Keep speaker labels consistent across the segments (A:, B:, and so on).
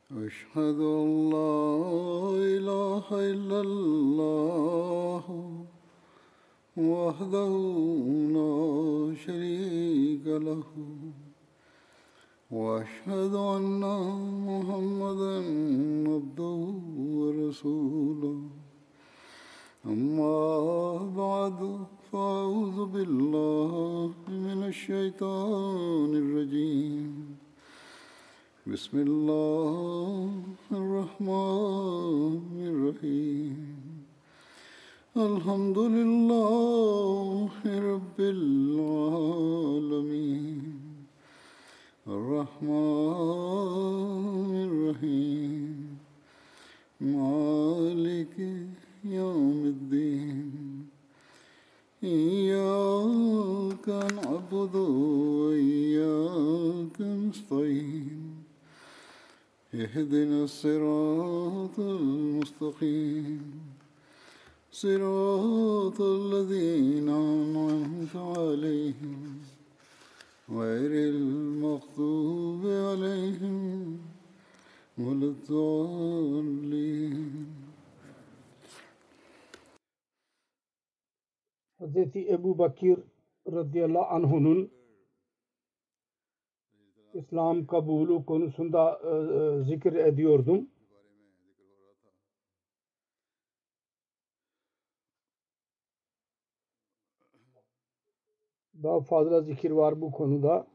A: أشهد أن لا إله إلا الله وحده لا شريك له وأشهد أن محمدا عبده ورسوله أما بعد فأعوذ بالله من الشيطان الرجيم بسم الله الرحمن الرحيم الحمد لله رب العالمين الرحمن الرحيم مالك يوم الدين إياك نعبد وإياك نستعين اهدنا الصراط المستقيم صراط الذين أنعمت عليهم غير المغضوب عليهم ولا الضالين.
B: Hazreti Ebu Bakir radıyallahu anh'unun İslam kabulü konusunda zikir ediyordum. Daha fazla zikir var bu konuda.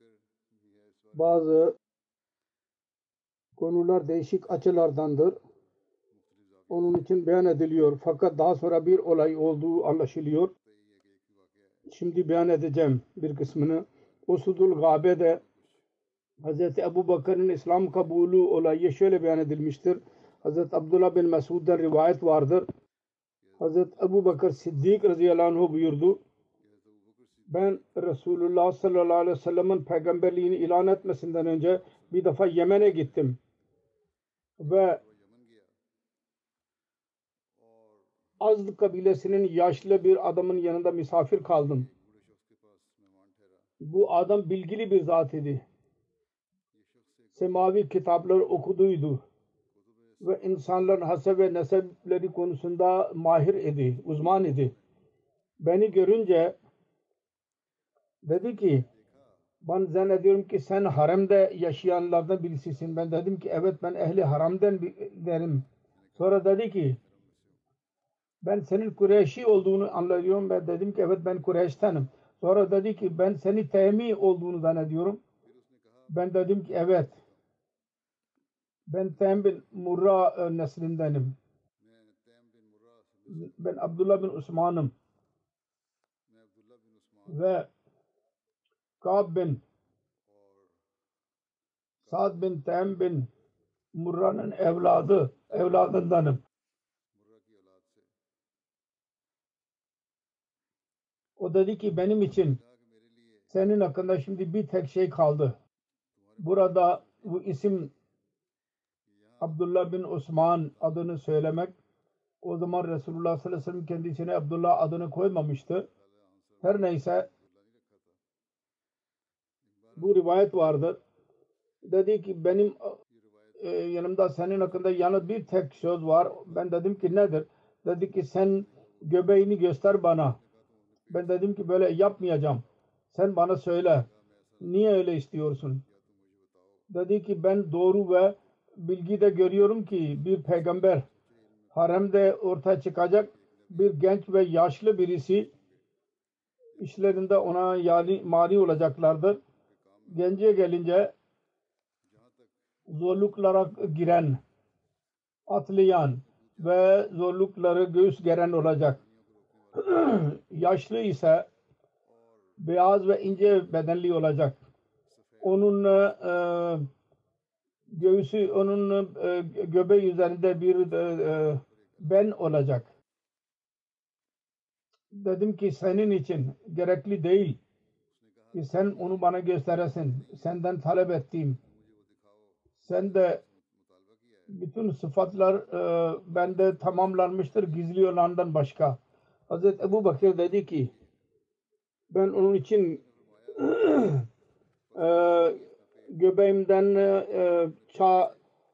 B: Bazı konular değişik açılardandır. Onun için beyan ediliyor. Fakat daha sonra bir olay olduğu anlaşılıyor. Şimdi beyan edeceğim bir kısmını. Usudul Gabe'de Hz. Ebu Bakır'ın İslam kabulü olayı şöyle beyan edilmiştir. Hz. Abdullah bin Mesud'dan rivayet vardır. Hz. Ebu Bakır Siddik radıyallahu anh buyurdu. Ben Resulullah sallallahu aleyhi ve sellem'in peygamberliğini ilan etmesinden önce bir defa Yemen'e gittim. Ve Azd kabilesinin yaşlı bir adamın yanında misafir kaldım. Bu adam bilgili bir zat idi. Semavi kitapları okuduydu. Ve insanların hasep ve nesepleri konusunda mahir idi, uzman idi. Beni görünce dedi ki, ben zannediyorum ki sen haremde yaşayanlardan birisisin. Ben dedim ki evet, ben ehli haramden derim. Sonra dedi ki, ben senin Kureyşi olduğunu anlıyorum. Ben dedim ki evet, ben Kureyş'tenim. Sonra dedi ki ben seni Teymi olduğunu zannediyorum. Ben dedim ki evet, ben Teym bin Murra neslindenim. Ben Abdullah bin Osman'ım. Ve Ka'b bin Sa'd bin Teym bin Murra'nın evladındanım. O dedi ki benim için senin hakkında şimdi bir tek şey kaldı. Burada bu isim Abdullah bin Osman adını söylemek. O zaman Resulullah sallallahu aleyhi ve sellem kendisine Abdullah adını koymamıştı. Her neyse bu rivayet vardır. Dedi ki benim yanımda senin hakkında yalnız bir tek söz var. Ben dedim ki nedir? Dedi ki sen göbeğini göster bana. Ben dedim ki böyle yapmayacağım. Sen bana söyle. Niye öyle istiyorsun? Dedi ki ben doğru ve bilgi de görüyorum ki bir peygamber haremde ortaya çıkacak, bir genç ve yaşlı birisi işlerinde ona mani olacaklardır. Gence gelince zorluklara giren, atlayan ve zorlukları göğüs geren olacak. Yaşlı ise beyaz ve ince bedenli olacak. Onun göğsü, onun göbeği üzerinde bir ben olacak. Dedim ki senin için gerekli değil ki sen onu bana gösteresin. Senden talep ettiğim. Sen de bütün sıfatlar bende tamamlanmıştır gizli olandan başka. Hazreti Ebu Bakır dedi ki ben onun için göbeğimden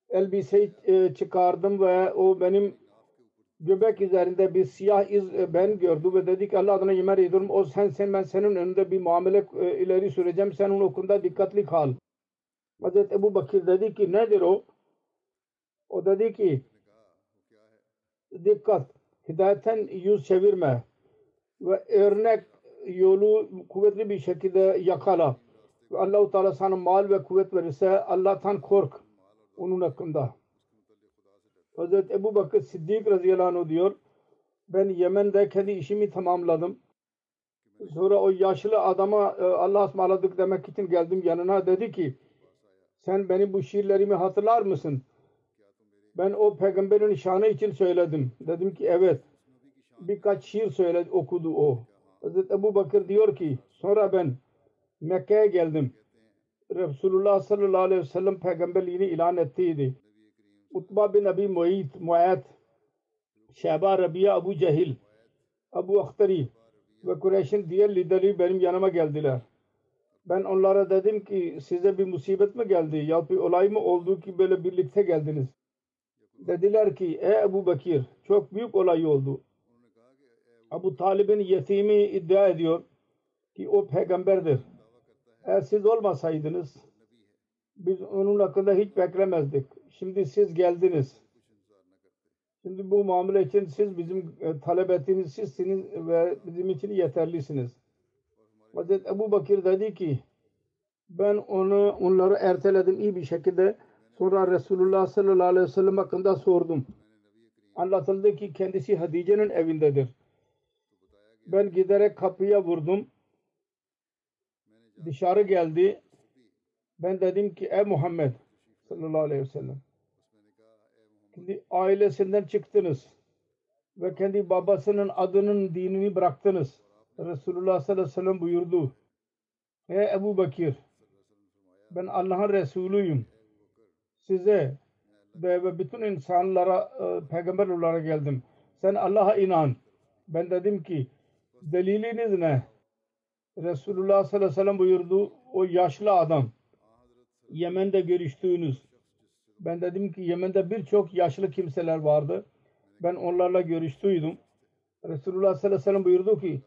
B: elbiseyi çıkardım ve o benim göbek üzerinde bir siyah iz ben gördüm ve dedi ki Allah adına yemin ediyorum o sen ben senin önünde bir muamele ileri süreceğim, sen onun okunda dikkatli kal. Hazreti Ebu Bakır dedi ki nedir o? O dedi ki dikkat, hidayetten yüz çevirme ve örnek yolu kuvvetli bir şekilde yakala. Ve Allah-u Teala sana mal ve kuvvet verirse Allah'tan kork onun hakkında. Hazreti Ebu Bakır Siddik radıyallahu anh diyor, ben Yemen'de kendi işimi tamamladım. Sonra o yaşlı adama Allah'a ısmarladık demek için geldim yanına. Dedi ki sen benim bu şiirlerimi hatırlar mısın? Ben o peygamberin şanı için söyledim. Dedim ki evet. Birkaç şiir söyledi, okudu o. Hazreti Ebu Bakır diyor ki sonra ben Mekke'ye geldim. Resulullah sallallahu aleyhi ve sellem peygamberliğini ilan ettiydi. Utba bin Abi Muayt, Şehba Rabia, Abu Cehil, Abu Akhtari ve Kureyş'in diğer liderleri benim yanıma geldiler. Ben onlara dedim ki size bir musibet mi geldi ya bir olay mı oldu ki böyle birlikte geldiniz? Dediler ki ey Ebu Bakir çok büyük olay oldu. Abu Talib'in yetimi iddia ediyor ki o peygamberdir. Eğer siz olmasaydınız biz onun hakkında hiç beklemezdik. Şimdi siz geldiniz. Şimdi bu muamele için siz bizim talep ettiğiniz sizsiniz ve bizim için yeterlisiniz. Hazreti Ebu Bakir dedi ki ben onları erteledim iyi bir şekilde. Sonra Resulullah sallallahu aleyhi ve sellem hakkında sordum. Anlatıldı ki kendisi Hatice'nin evindedir. Ben giderek kapıya vurdum. Dışarı geldi. Ben dedim ki ey Muhammed sallallahu aleyhi ve sellem kendi ailesinden çıktınız ve kendi babasının adının dinini bıraktınız. Resulullah sallallahu aleyhi ve sellem buyurdu. Ey Ebu Bakir ben Allah'ın Resulüyüm. Size ve bütün insanlara peygamber olarak geldim. Sen Allah'a inan. Ben dedim ki deliliniz ne? Resulullah sallallahu aleyhi ve sellem buyurdu. O yaşlı adam Yemen'de görüştüğünüz. Ben dedim ki Yemen'de birçok yaşlı kimseler vardı. Ben onlarla görüştüydüm. Resulullah sallallahu aleyhi ve sellem buyurdu ki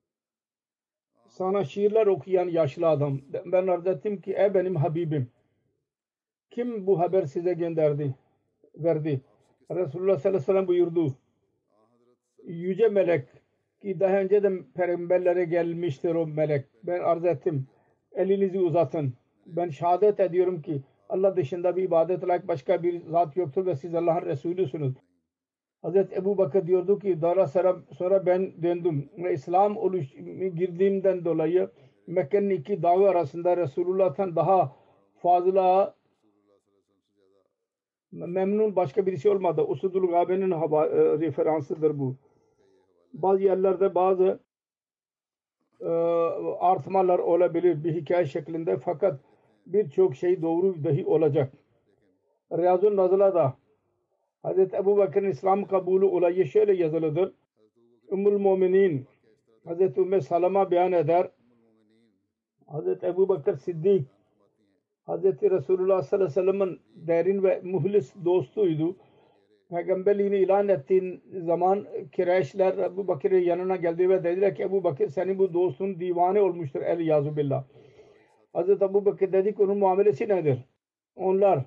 B: sana şiirler okuyan yaşlı adam. Ben arz ettim ki ey benim Habibim. Kim bu haber size verdi? Resulullah sallallahu aleyhi ve sellem buyurdu. Yüce melek ki daha önce de peygamberlere gelmiştir o melek. Ben arz ettim. Elinizi uzatın. Ben şehadet ediyorum ki Allah dışında bir ibadet layık başka bir zat yoktur ve siz Allah'ın Resulüsünüz. Hazreti Ebu Bakır diyordu ki daha sonra ben döndüm ve İslam girdiğimden dolayı Mekke'nin iki dağı arasında Resulullah'tan daha fazla memnun başka birisi olmadı. Usudul Gabe'nin referansıdır bu. Bazı yerlerde bazı artmalar olabilir bir hikaye şeklinde fakat birçok şey doğru dahi olacak. Riyazun Nazıla'da Hazreti Ebu Bakır'ın İslam kabulü olayı şöyle yazılıdır. Ümmül Muminin Hazreti Ümmü Salama beyan eder. Hazreti Ebu Bakır Siddik Hazreti Resulullah sallallahu aleyhi ve sellem'in derin ve muhlis dostuydu. Peygamberliğini ilan ettiğin zaman Kureyşler Ebu Bakır'ın yanına geldi ve dediler ki Ebu Bakır senin bu dostun divane olmuştur. El-Yazu billah. Hazreti Ebu Bakır dedi ki onun muamelesi nedir? Onlar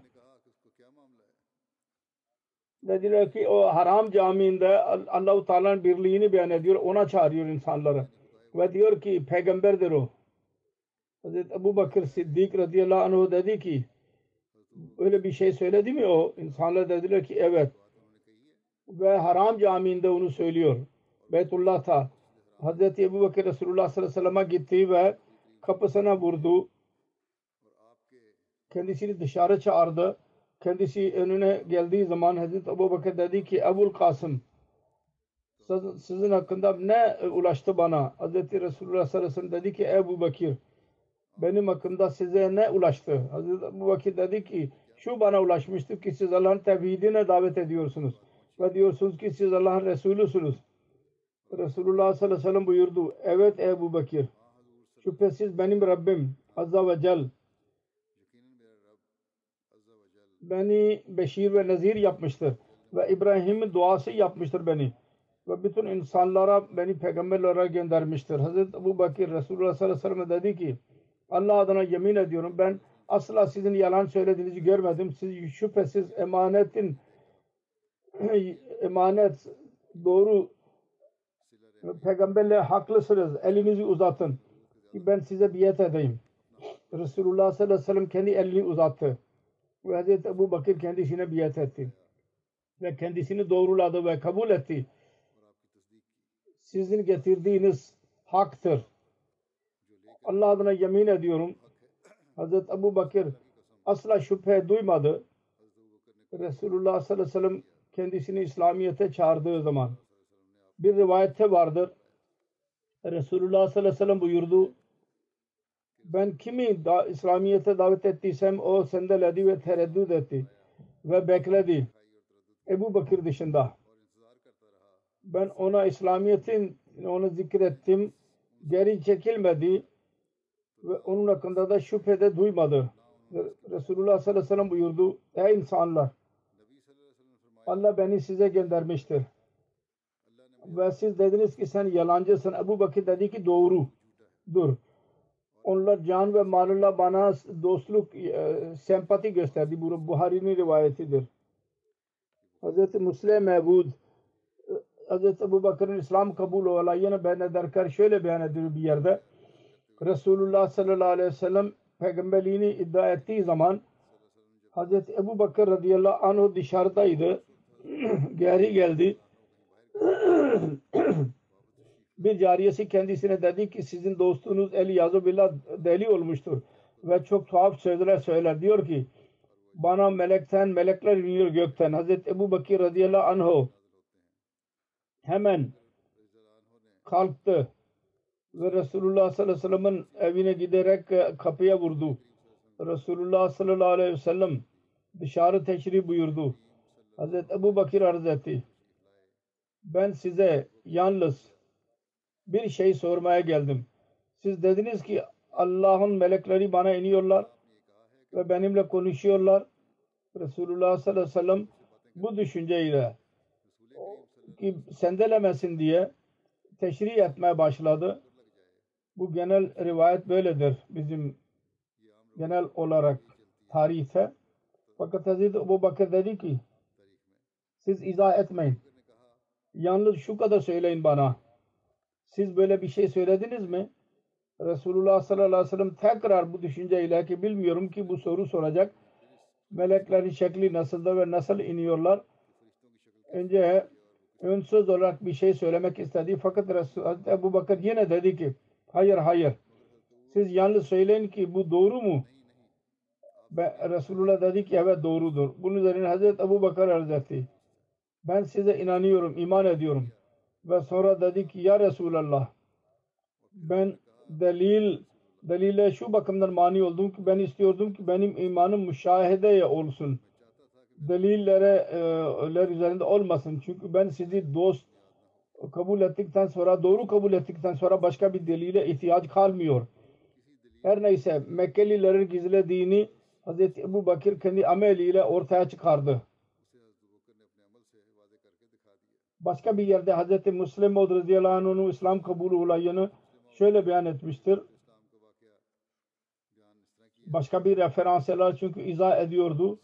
B: dediler ki o haram camiinde Allah-u Teala'nın birliğini beyan ediyor. Ona çağırıyor insanları. Ve diyor ki peygamberdir o. Hazreti Ebu Bakır Siddik radıyallahu anh dedi ki öyle bir şey söyledi mi o? İnsanlar dediler ki evet. Ve haram camiinde onu söylüyor. Beytullah'ta Hazreti Ebu Bakır Resulullah sallallahu aleyhi ve sellem'e gitti ve kapısına vurdu. Kendisini dışarı çağırdı. Kendisi önüne geldiği zaman Hazreti Ebu Bakır dedi ki Ebul Kasım sizin hakkında ne ulaştı bana? Hazreti Resulullah sallallahu aleyhi ve sellem dedi ki Ebu Bakır benim hakkında size ne ulaştı? Hazreti Ebu Bakır dedi ki şu bana ulaşmıştır ki siz Allah'ın tevhidine davet ediyorsunuz ve diyorsunuz ki siz Allah'ın Resulüsünüz. Resulullah sallallahu aleyhi ve sellem buyurdu evet Ebu Bakır şüphesiz benim Rabbim Azza ve Celle beni Beşir ve Nazir yapmıştır ve İbrahim'in duası yapmıştır beni ve bütün insanlara beni peygamberlere göndermiştir. Hazreti Ebu Bakir Resulullah sallallahu aleyhi ve sellem dedi ki Allah adına yemin ediyorum ben asla sizin yalan söylediğinizi görmedim. Siz şüphesiz emanet doğru peygamberle haklısınız. Elinizi uzatın ki ben size biat edeyim. Resulullah sallallahu aleyhi ve sellem kendi elini uzattı ve Hazreti Ebu Bakir kendisine biat etti ve kendisini doğruladı ve kabul etti. Sizin getirdiğiniz haktır. Allah adına yemin ediyorum Hazreti Ebu Bakir asla şüphe duymadı. Resulullah sallallahu aleyhi ve sellem kendisini İslamiyet'e çağırdığı zaman bir rivayette vardır. Resulullah sallallahu aleyhi ve sellem buyurdu ben kimi İslamiyet'e davet ettiysem o sendeledi ve tereddüt etti ve bekledi Ebu Bakir dışında. Ben ona İslamiyet'in onu zikrettim. Geri çekilmedi ve onun hakkında da şüphede duymadı. Resulullah sallallahu aleyhi ve sellem buyurdu ey insanlar Allah beni size göndermiştir. Ve siz dediniz ki sen yalancısın. Ebu Bakir dedi ki doğrudur. Onlar can ve malıyla bana dostluk, sempati gösterdi. Bu Buhari'nin rivayetidir. Hz. Müslim Mevud Hz. Ebu Bakır'ın İslam kabul olayını beyan ederken şöyle beyan ediyor bir yerde. Resulullah sallallahu aleyhi ve sellem peygamberliğini iddia ettiği zaman Hz. Ebu Bakır radıyallahu anh dışarıdaydı. Geri geldi. Bir cariyesi kendisine dedi ki sizin dostunuz Eliyazu Billah deli olmuştur ve çok tuhaf sözler söyler. Diyor ki bana melekler iniyor gökten. Hazreti Ebu Bakir radıyallahu anh hemen kalktı ve Resulullah sallallahu aleyhi ve sellem'in evine giderek kapıya vurdu. Resulullah sallallahu aleyhi ve sellem dışarı teşrif buyurdu. Hazreti Ebu Bakir arz etti. Ben size yalnız bir şey sormaya geldim. Siz dediniz ki Allah'ın melekleri bana iniyorlar ve benimle konuşuyorlar. Resulullah sallallahu aleyhi ve sellem bu düşünceyle ki sendelemesin diye teşrih etmeye başladı. Bu genel rivayet böyledir bizim genel olarak tarihte. Fakat Hazreti Ebu Bakır dedi ki siz izah etmeyin. Yalnız şu kadar söyleyin bana. Siz böyle bir şey söylediniz mi? Resulullah sallallahu aleyhi ve sellem tekrar bu düşünceyle ki bilmiyorum ki bu soru soracak. Meleklerin şekli nasıldır ve nasıl iniyorlar? Önce ön söz olarak bir şey söylemek istedi. Fakat Ebu Bakır yine dedi ki hayır. Siz yalnız söyleyin ki bu doğru mu? Resulullah dedi ki evet doğrudur. Bunun üzerine Hazreti Ebu Bakır arz etti. Ben size inanıyorum, iman ediyorum. Ve sonra dedi ki ya Resulallah ben delile şu bakımdan mani oldum ki ben istiyordum ki benim imanım müşahedeye olsun. Deliller üzerinde olmasın. Çünkü ben sizi dost kabul ettikten sonra doğru kabul ettikten sonra başka bir delile ihtiyaç kalmıyor. Her neyse Mekkelilerin gizlediğini Hazreti Ebu Bakir kendi ameliyle ortaya çıkardı. Başka bir yerde Hazreti Müslim radıyallahu anh'ın İslam kabul olayını şöyle beyan etmiştir. Başka bir referanslar çünkü izah ediyordu.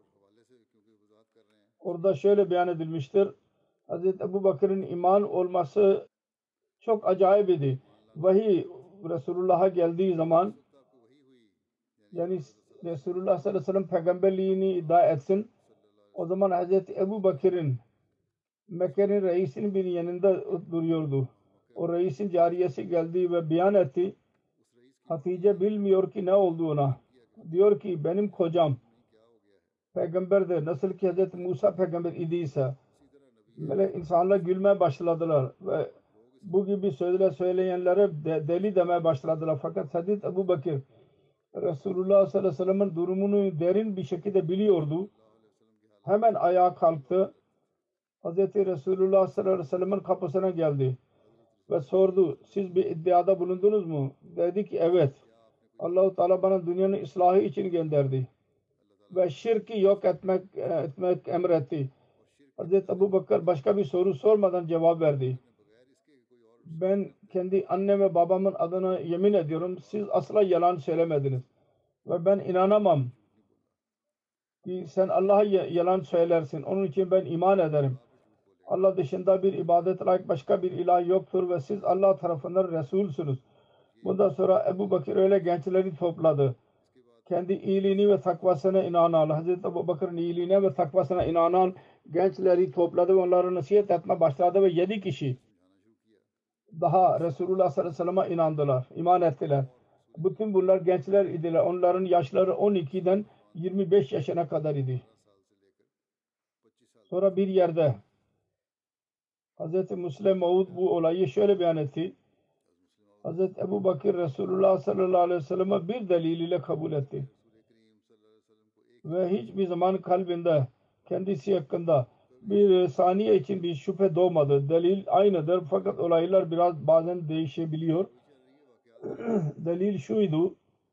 B: Orada şöyle beyan edilmiştir. Hazreti Ebu Bakır'ın iman olması çok acayip idi. Vahiy Resulullah'a geldiği zaman yani Resulullah sallallahu aleyhi ve sellem peygamberliğini iddia etsin. O zaman Hazreti Ebu Bakır'ın Mekke'nin reisinin bir yanında duruyordu. O reisin cariyesi geldi ve beyan etti. Hatice bilmiyor ki ne olduğuna. Diyor ki benim kocam peygamberdir. Nasıl ki Hz. Musa peygamber idiyse. Böyle insanlar gülmeye başladılar ve bu gibi sözler söyleyenlere deli demeye başladılar. Fakat Hz. Ebu Bakir Resulullah sallallahu aleyhi ve sellem'in durumunu derin bir şekilde biliyordu. Hemen ayağa kalktı. Hz. Resulullah sallallahu aleyhi ve sellem'in kapısına geldi ve sordu. Siz bir iddiada bulundunuz mu? Dedi ki evet. Allah-u Teala bana dünyanın ıslahı için gönderdi. ve şirki yok etmek emretti. Hazreti Ebu Bakır başka bir soru sormadan cevap verdi. Ben kendi annem ve babamın adına yemin ediyorum, siz asla yalan söylemediniz. Ve ben inanamam ki sen Allah'a yalan söylersin. Onun için ben iman ederim. Allah dışında bir ibadet layık başka bir ilah yoktur ve siz Allah tarafından Resulsünüz. Bundan sonra Ebu Bakır öyle gençleri topladı. Kendi iyiliğini ve takvasına inanan, Hazreti Ebu Bakır'ın iyiliğine ve takvasına inanan gençleri topladı ve onlara nasihat etmeye başladı ve 7 kişi daha Resulullah sallallahu aleyhi ve sellem'e inandılar, iman ettiler. Bütün bunlar gençler idiler. Onların yaşları 12'den 25 yaşına kadar idi. Sonra bir yerde Hz. Müslim Maud bu olayı şöyle beyan etti. Hz. Ebu Bakır Resulullah sallallahu aleyhi ve sellem'e bir delil ile kabul etti. Ve hiçbir zaman kalbinde kendisi hakkında bir saniye için bir şüphe doğmadı. Delil aynıdır fakat olaylar biraz bazen değişebiliyor. Delil şuydu.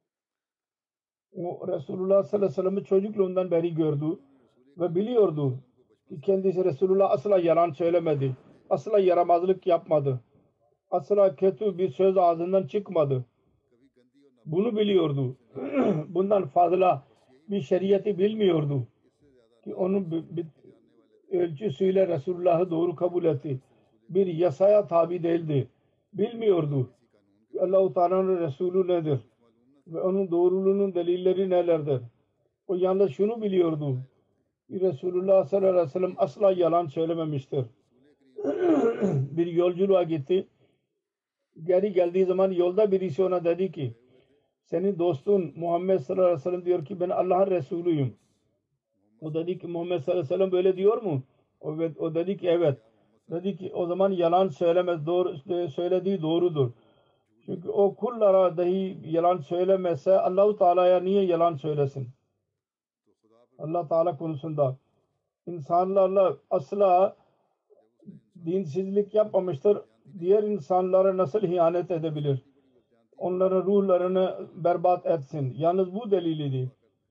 B: O Resulullah sallallahu aleyhi ve sellem'i çocukluğundan beri gördü ve biliyordu ki kendisi Resulullah asla yalan söylemedi. Asla yaramazlık yapmadı. Asla kötü bir söz ağzından çıkmadı. Bunu biliyordu. Bundan fazla bir şeriatı bilmiyordu ki onun ölçüsüyle Resulullah'ı doğru kabul etti. Bir yasaya tabi değildi. Bilmiyordu ki Allah-u Teala'nın Resulü nedir ve onun doğruluğunun delilleri nelerdir. O yalnız şunu biliyordu ki Resulullah sallallahu aleyhi ve sellem asla yalan söylememiştir. Bir yolculuğa gitti. Geri geldiği zaman yolda birisi ona dedi ki senin dostun Muhammed sallallahu aleyhi ve sellem diyor ki ben Allah'ın Resulüyüm. O dedi ki Muhammed sallallahu aleyhi ve sellem böyle diyor mu? O dedi ki evet. Dedi ki o zaman yalan söylemez. Söylediği doğrudur. Çünkü o kullara dahi yalan söylemezse Allah-u Teala'ya niye yalan söylesin? Allah Teala konusunda insanlarla asla dinsizlik yapmamıştır. Diğer insanlara nasıl ihanet edebilir? Onların ruhlarını berbat etsin. Yalnız bu deliliydi.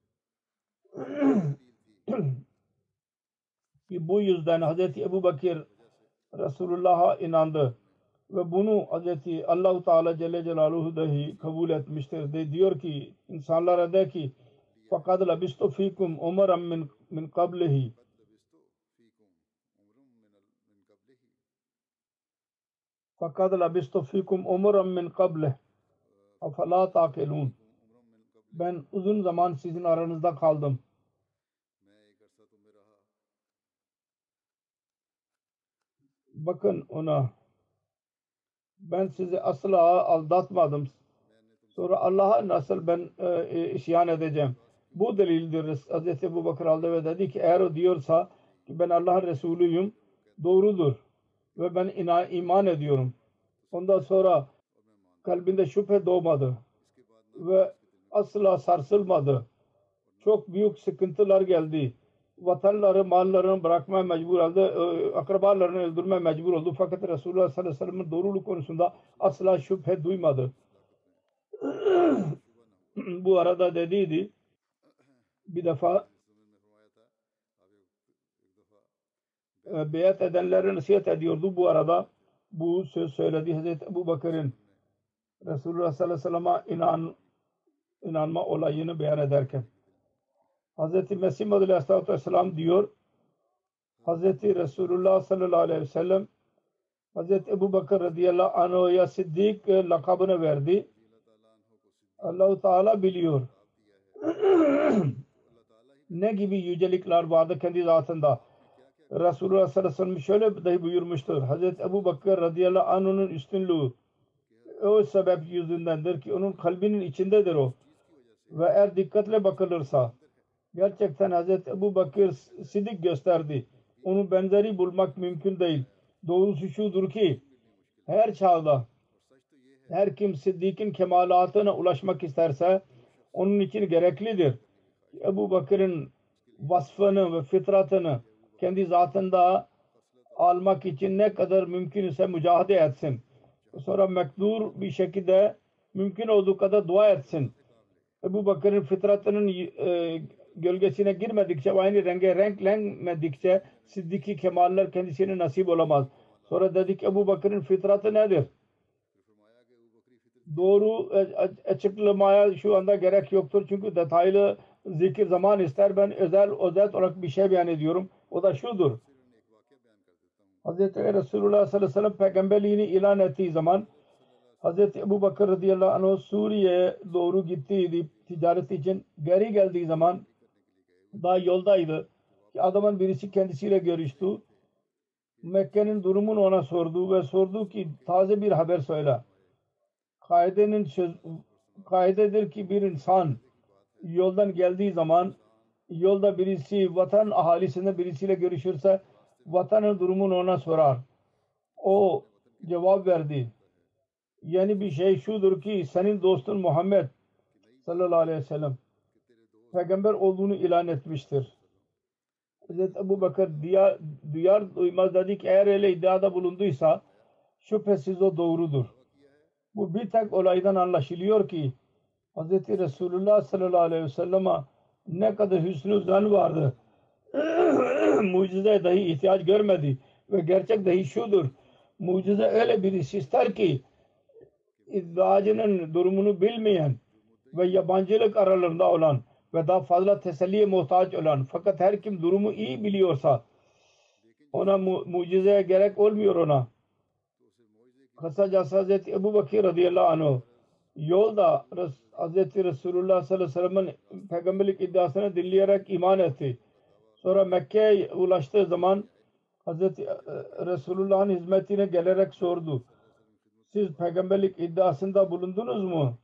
B: Bu yüzden Hz. Ebu Bakır Resulullah'a inandı ve bunu Hz. Allah-u Teala Celle Celaluhu dahi kabul etmiştir. Diyor ki insanlara de ki fakat labistu fikum umaran min qablihi fakat labistu fikum umaran min qablihi afala taqilun. Ben uzun zaman sizin aranızda kaldım. Bakın ona. Ben sizi asla aldatmadım. Sonra Allah'a nasıl ben isyan edeceğim? Bu delildir. Hz. Ebu Bakır aldı ve dedi ki eğer o diyorsa ki ben Allah'ın Resulüyüm doğrudur. Ve ben iman ediyorum. Ondan sonra kalbinde şüphe doğmadı. Ve asla sarsılmadı. Çok büyük sıkıntılar geldi. Vatanları, mallarını bırakmaya mecbur oldu. Akrabalarını öldürmeye mecbur oldu. Fakat Resulullah sallallahu aleyhi ve sellem'in doğruluk konusunda asla şüphe duymadı. Bu arada dediydi bir defa beyat edenlere nasihat ediyordu. Bu arada bu söz söyledi Hazreti Ebu Bakır'ın Resulullah sallallahu aleyhi ve sellem'e inanma olayını beyan ederken. Hazreti Mesih Maud aleyhissalatü vesselam diyor Hazreti Resulullah sallallahu aleyhi ve sellem Hazreti Ebu Bakır radıyallahu anh'a Siddik lakabını verdi. Allah-u Teala biliyor ne gibi yücelikler vardı kendi zatında. Resulullah sallallahu aleyhi ve sellem şöyle dahi buyurmuştur. Hazreti Ebu Bakır radıyallahu anh'ın üstünlüğü o sebep yüzündendir ki onun kalbinin içindedir o. Ve eğer dikkatle bakılırsa gerçekten Hazreti Ebu Bakır Siddik gösterdi. Onun benzeri bulmak mümkün değil. Doğrusu şudur ki her çağda her kim Siddik'in kemalatına ulaşmak isterse onun için gereklidir. Ebu Bakır'ın vasfını ve fitratını kendi zatında almak için ne kadar mümkün ise mücadele etsin. Sonra mekdur bir şekilde mümkün olduğu kadar dua etsin. Ebu Bakır'ın fitratının gölgesine girmedikçe ve aynı renge renklenmedikçe Sıddık-ı Kemaller kendisine nasip olamaz. Sonra dedik Ebu Bakır'ın fitratı nedir? Doğru açıklamaya şu anda gerek yoktur. Çünkü detaylı zikir zaman ister. Ben özet olarak bir şey beyan ediyorum. O da şudur. Hz. Resulullah sallallahu aleyhi ve sellem peygamberliğini ilan ettiği zaman Hz. Ebu Bakır radıyallahu anh Suriye'ye doğru gittiydi ticaret için. Geri geldiği zaman daha yoldaydı. Adamın birisi kendisiyle görüştü. Mekke'nin durumunu ona sordu ve sordu ki taze bir haber söyle. Kaidedir ki bir insan yoldan geldiği zaman yolda birisi vatan ahalisinde birisiyle görüşürse vatanın durumunu ona sorar. O cevap verdi. Yani bir şey şudur ki senin dostun Muhammed sallallahu aleyhi ve sellem peygamber olduğunu ilan etmiştir. Hazreti Ebu Bakır duyar duymaz dedi ki eğer öyle iddiada bulunduysa şüphesiz o doğrudur. Bu bir tek olaydan anlaşılıyor ki Hz. Resulullah sallallahu aleyhi ve sellem'e ne kadar hüsnü zan vardı. Mucize dahi ihtiyaç görmedi. Ve gerçek dahi şudur. Mucize öyle birisi ister ki iddiacının durumunu bilmeyen ve yabancılık aralarında olan ve daha fazla teselliye muhtaç olan fakat her kim durumu iyi biliyorsa ona mucizeye gerek olmuyor ona. Kısacası Hz. Ebu Bakır radıyallahu anh yolda Hz. Resulullah sallallahu aleyhi ve sellem'in peygamberlik iddiasını dinleyerek iman etti. Sonra Mekke'ye ulaştığı zaman Hz. Resulullah'ın hizmetine gelerek sordu. Siz peygamberlik iddiasında bulundunuz mu?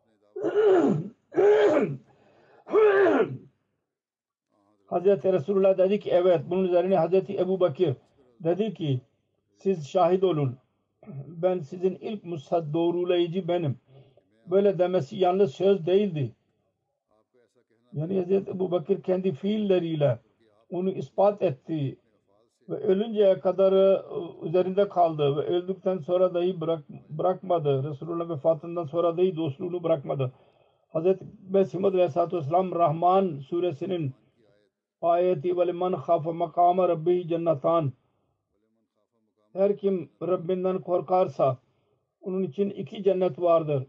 B: Hz. Resulullah dedi ki evet. Bunun üzerine Hz. Ebu Bakır dedi ki siz şahit olun. Ben sizin ilk doğrulayıcı benim. Böyle demesi yalnız söz değildi. Yani Hz. Ebu Bakır kendi fiilleriyle onu ispat etti ve ölünceye kadar üzerinde kaldı ve öldükten sonra dahi bırakmadı. Resulullah vefatından sonra dahi dostluğunu bırakmadı. Hz. Mesihud Aleyhisselatü Vesselam Rahman suresinin ayeti وَلِمَنْ خَافَ مَقَامَ رَبِّهِ cennatan her kim Rabbinden korkarsa onun için iki cennet vardır.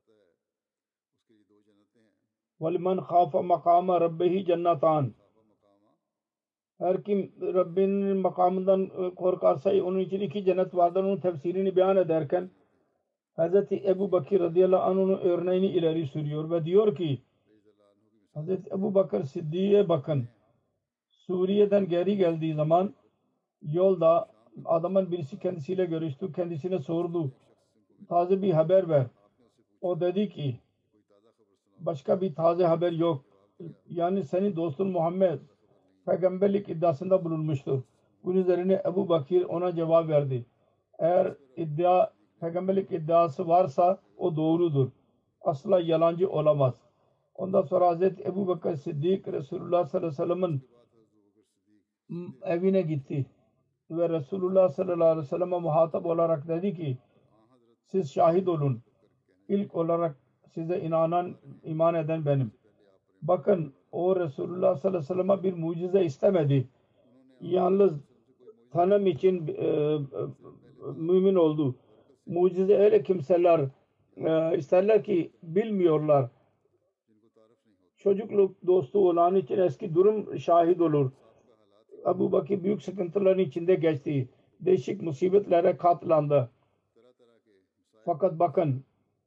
B: وَلِمَنْ خَافَ مَقَامَ رَبِّهِ cennatan her kim Rabbinin makamından korkarsa onun için iki cennet vardır. Onun tefsirini beyan ederken Hz. Ebu Bakır radıyallahu anh'ın örneğini ileri sürüyor ve diyor ki Hz. Ebu Bakır Siddiq'e bakın. Suriye'den geri geldiği zaman yolda adamın birisi kendisiyle görüştü. Kendisine sordu. Taze bir haber ver. O dedi ki başka bir taze haber yok. Yani senin dostun Muhammed peygamberlik iddiasında bulunmuştur. Bunun üzerine Ebu Bakır ona cevap verdi. Eğer peygamberlik iddiası varsa o doğrudur. Asla yalancı olamaz. Ondan sonra Hz. Ebu Bakır Siddiq Resulullah sallallahu aleyhi ve sellem'in evine gitti. Ve Resulullah sallallahu aleyhi ve sellem'e muhatap olarak dedi ki siz şahit olun. İlk olarak size iman eden benim. Bakın o Resulullah sallallahu aleyhi ve sellem'e bir mucize istemedi. Yalnız tanım için mümin oldu. Mucize öyle kimseler isterler ki bilmiyorlar. Çocukluk dostu olan için eski durum şahit olur. Ebu Bakır büyük sıkıntıların içinde geçti. Değişik musibetlere katlandı. Fakat bakın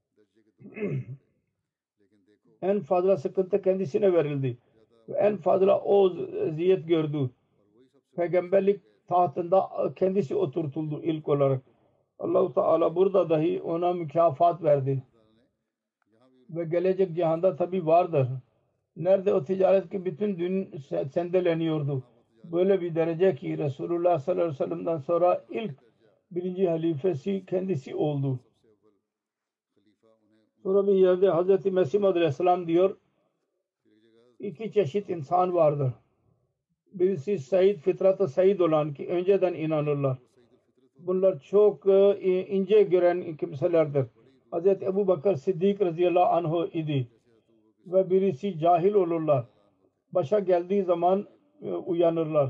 B: en fazla sıkıntı kendisine verildi. En fazla o eziyet gördü. Peygamberlik tahtında kendisi oturtuldu ilk olarak. Allah-u Teala burada dahi ona mükafat verdi. Ve gelecek cihanda tabi vardır. Nerede o ticaret ki bütün gün sendeleniyordu. Böyle bir derece ki Resulullah sallallahu aleyhi ve sellem'den sonra ilk birinci halifesi kendisi oldu. Sonra bir yerde Hz. Mesih Aleyhisselam diyor iki çeşit insan vardır. Birisi Said, fıtratı Said olan ki önceden inanırlar. Bunlar çok ince gören kimselerdir. Hz. Ebu Bakır Siddiq radıyallahu anh idi. Ve birisi cahil olurlar. başa geldiği zaman uyanırlar.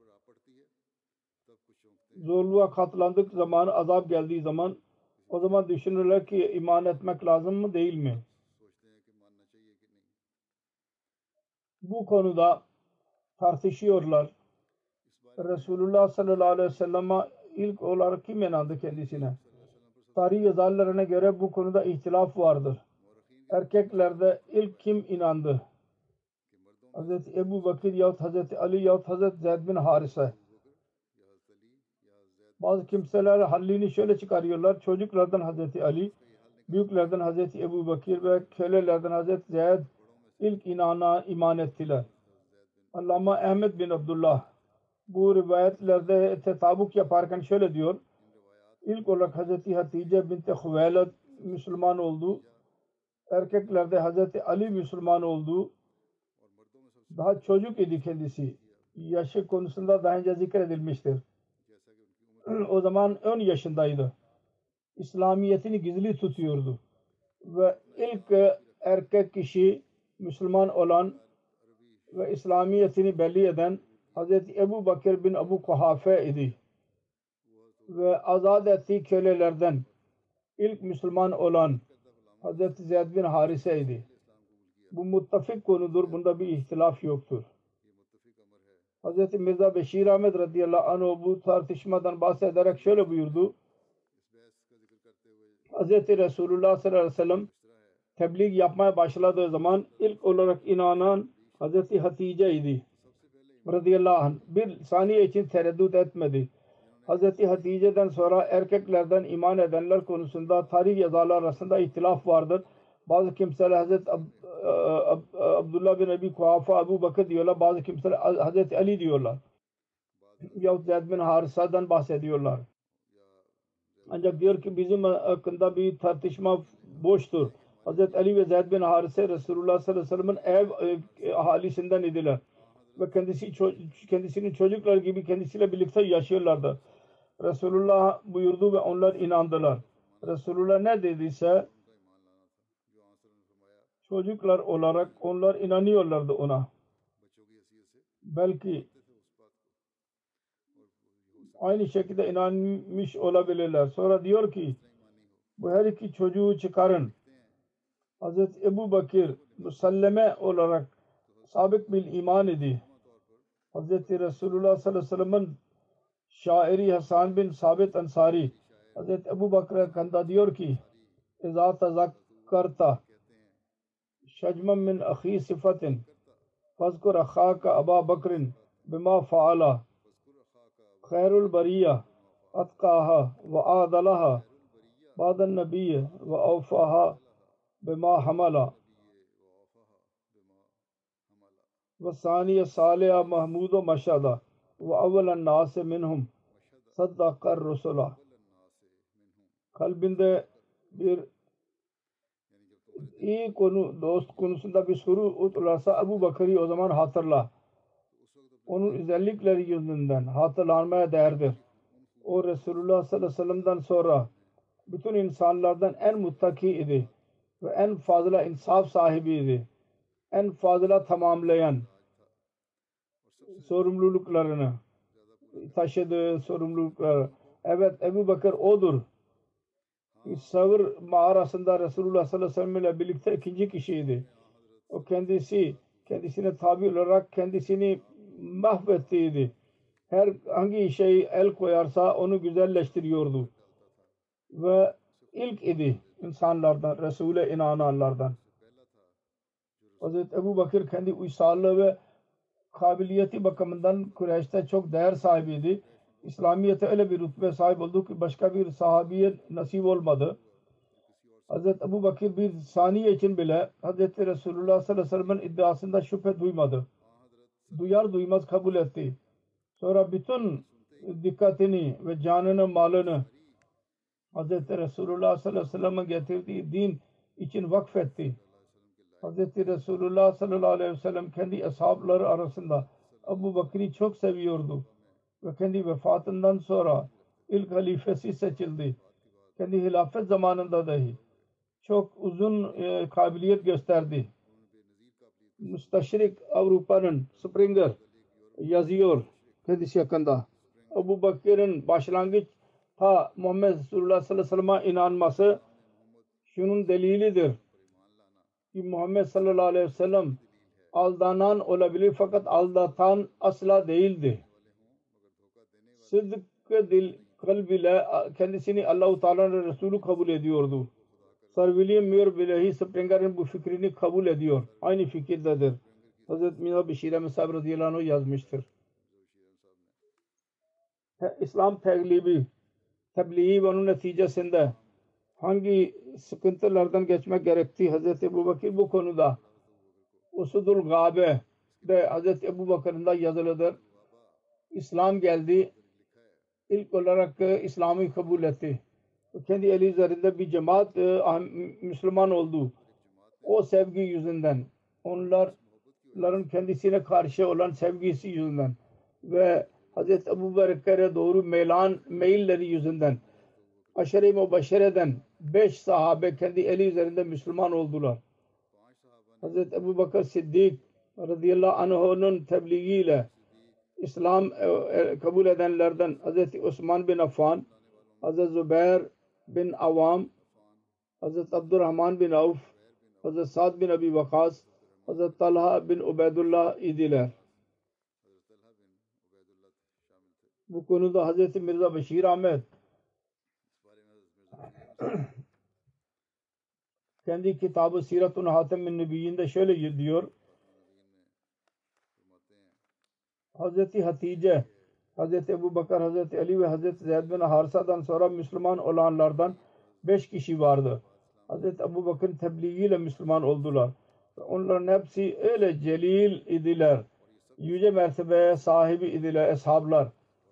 B: Zorluğa katlandık zaman, azap geldiği zaman o zaman düşünürler ki iman etmek lazım mı değil mi? Bu konuda tartışıyorlar. Resulullah sallallahu aleyhi ve sellem'e ilk olarak kim inandı kendisine? Tarih yazarlarına göre bu konuda ihtilaf vardır. Erkeklerde ilk kim inandı? Hazreti Ebu Bakır yahut Hazreti Ali yahut Hazreti Zeyd bin Harise. Bazı kimseler hallini şöyle çıkarıyorlar. Çocuklardan Hazreti Ali, büyüklerden Hazreti Ebu Bakır ve kölelerden Hazreti Zeyd ilk iman ettiler. Allama Ahmed bin Abdullah bu rivayetlerde tetabuk yaparken şöyle diyor. İlk olarak Hazreti Hatice binti Hüveylid Müslüman oldu. Erkeklerde Hazreti Ali Müslüman oldu. Daha çocuk idi kendisi. Yaşı konusunda daha önce zikredilmiştir. O zaman 10 yaşındaydı. İslamiyetini gizli tutuyordu. Ve ilk erkek kişi Müslüman olan ve İslamiyetini belli eden Hazreti Ebu Bakır bin Abu Kuhafe idi. Ve azad ettiği kölelerden ilk Müslüman olan Hazreti Zeyd bin Harise idi. Bu muttafik konudur. Bunda bir ihtilaf yoktur. Hazreti Mirza Beşir Ahmed radıyallahu anh bu tartışmadan bahsederek şöyle buyurdu. Hazreti Resulullah sallallahu aleyhi ve sellem tebliğ yapmaya başladığı zaman ilk olarak inanan Hazreti Hatice idi. Radıyallahu anh bir saniye için tereddüt etmedi. Hazreti Hatice'den sonra erkeklerden iman edenler konusunda tarih yazarlar arasında ihtilaf vardır. Bazı kimseler Hazreti Abdullah bin Abi Kuhafe Abu Bakır diyorlar. Bazı kimseler Hazreti Ali diyorlar. Yahut Zeyd bin Harisa'dan bahsediyorlar. Ancak diyor ki bizim hakkında bir tartışma boştur. Hazreti Ali ve Zeyd bin Harise Resulullah sallallahu aleyhi ve sellem'in ev ahalisinden idiler. Ve kendisinin çocuklar gibi kendisiyle birlikte yaşıyorlardı. Resulullah buyurdu ve onlar inandılar. Resulullah ne dediyse çocuklar olarak onlar inanıyorlardı ona. Belki aynı şekilde inanmış olabilirler. Sonra diyor ki bu her iki çocuğu çıkarın. Hazreti Ebu Bakır musalleme olarak sabit bir iman idi. Hazreti Resulullah sallallahu aleyhi ve sellem'in şairi Hasan bin Sabit Ansari Hazreti Ebu Bakır hakkında diyor ki İzâ tezakkarta şecmen min ahi sifatin fazkur akhâka Aba Bakrin bima faala khairul bariyya atqâha ve âdalaha ba'den nebiyye ve avfâha bima hamala ve saniye sâliha mahmûd maşada ve evvelen nâse minhum saddakar rusula. Kalbinde bir iyi konu, dost konusunda bir soru uturlarsa Ebu Bakır'ı o zaman hatırla. Onun özellikleri yüzünden hatırlanmaya değerdir. O Resulullah sallallahu aleyhi ve sellem'den sonra bütün insanlardan en muttaki idi ve en fazla insaf sahibiydi. En fazla tamamlayan sorumluluklarını taşıdığı sorumluluklar. Evet, Ebu Bakır odur. Savr mağarasında Resulullah sallallahu aleyhi ve sellem ile birlikte ikinci kişiydi. O kendisine tabi olarak kendisini mahvettiydi. Her hangi şey el koyarsa onu güzelleştiriyordu. Ve ilk idi insanlardan, Resul'e inananlardan. Hazreti Ebu Bakır kendi uysallığı ve kabiliyeti bakımından Kureyş'te çok değer sahibiydi. İslamiyet'e öyle bir rütbe sahip oldu ki başka bir sahabiye nasip olmadı. Hazreti Ebu Bakır bir saniye için bile Hazreti Resulullah sallallahu aleyhi ve sellem'in iddiasında şüphe duymadı. Duyar duymaz kabul etti. Sonra bütün dikkatini ve canını, malını Hazreti Resulullah sallallahu aleyhi ve sellem'in getirdiği din için vakfetti. Hazreti Resulullah sallallahu aleyhi ve sellem kendi ashabları arasında Ebu Bakır'ı çok seviyordu. Ve kendi vefatından sonra ilk halifesi seçildi. Kendi hilafet zamanında dahi çok uzun kabiliyet gösterdi. Müsteşrik Avrupa'nın Springer yazıyor kendisi hakkında. Ebu Bakır'ın başlangıç ta Muhammed Resulullah sallallahu aleyhi ve sellem'e inanması şunun delilidir ki Muhammed sallallahu aleyhi ve sellem aldanan olabilir fakat aldatan asla değildi. Sıdk dil kalb ile kendisini Allah-u Teala'nın Resulü kabul ediyordu. Sir William Muir bilehi Springer'in bu fikrini kabul ediyor. Aynı fikirdedir. Hazreti Mirza Beşir Ahmed Sahib radıyallahu anh yazmıştır. İslam tebliği ve onun neticesinde hangi sıkıntılardan geçmek gerektiği Hazreti Ebu Bakır bu konuda Usudul Gabe de Hazreti Ebu Bakır'ın da yazılıdır. İslam geldi. İlk olarak İslam'ı kabul etti. Kendi eli üzerinde bir cemaat Müslüman oldu. O sevgi yüzünden, onların kendisine karşı olan sevgisi yüzünden ve Hz. Ebu Bekir'e doğru meyilleri yüzünden Aşere-i Mübeşşere'den 5 sahabe kendi eli üzerinde Müslüman oldular. Hz. Ebu Bekir Siddik radıyallahu anh'ın tebliğiyle İslam kabul edenlerden Hz. Osman bin Affan, Hz. Zübeyir bin Avam, Hz. Abdurrahman bin Avf, Hz. Sa'd bin Abi Vakas, Hz. Talha bin Ubeydullah idiler. Bu konuda Hz. Mirza Beşir Ahmed kendi kitabı Siratun Hatem-i Nebiyyi'nde şöyle diyor. Hz. Hatice, Hz. Ebu Bakır, Hz. Ali ve Hz. Zeyd bin Harsa'dan sonra Müslüman olanlardan 5 kişi vardı. Hz. Ebu Bakır'ın tebliğiyle Müslüman oldular. Onların hepsi öyle celil idiler. Yüce mertebeye sahibi idiler, eshablar.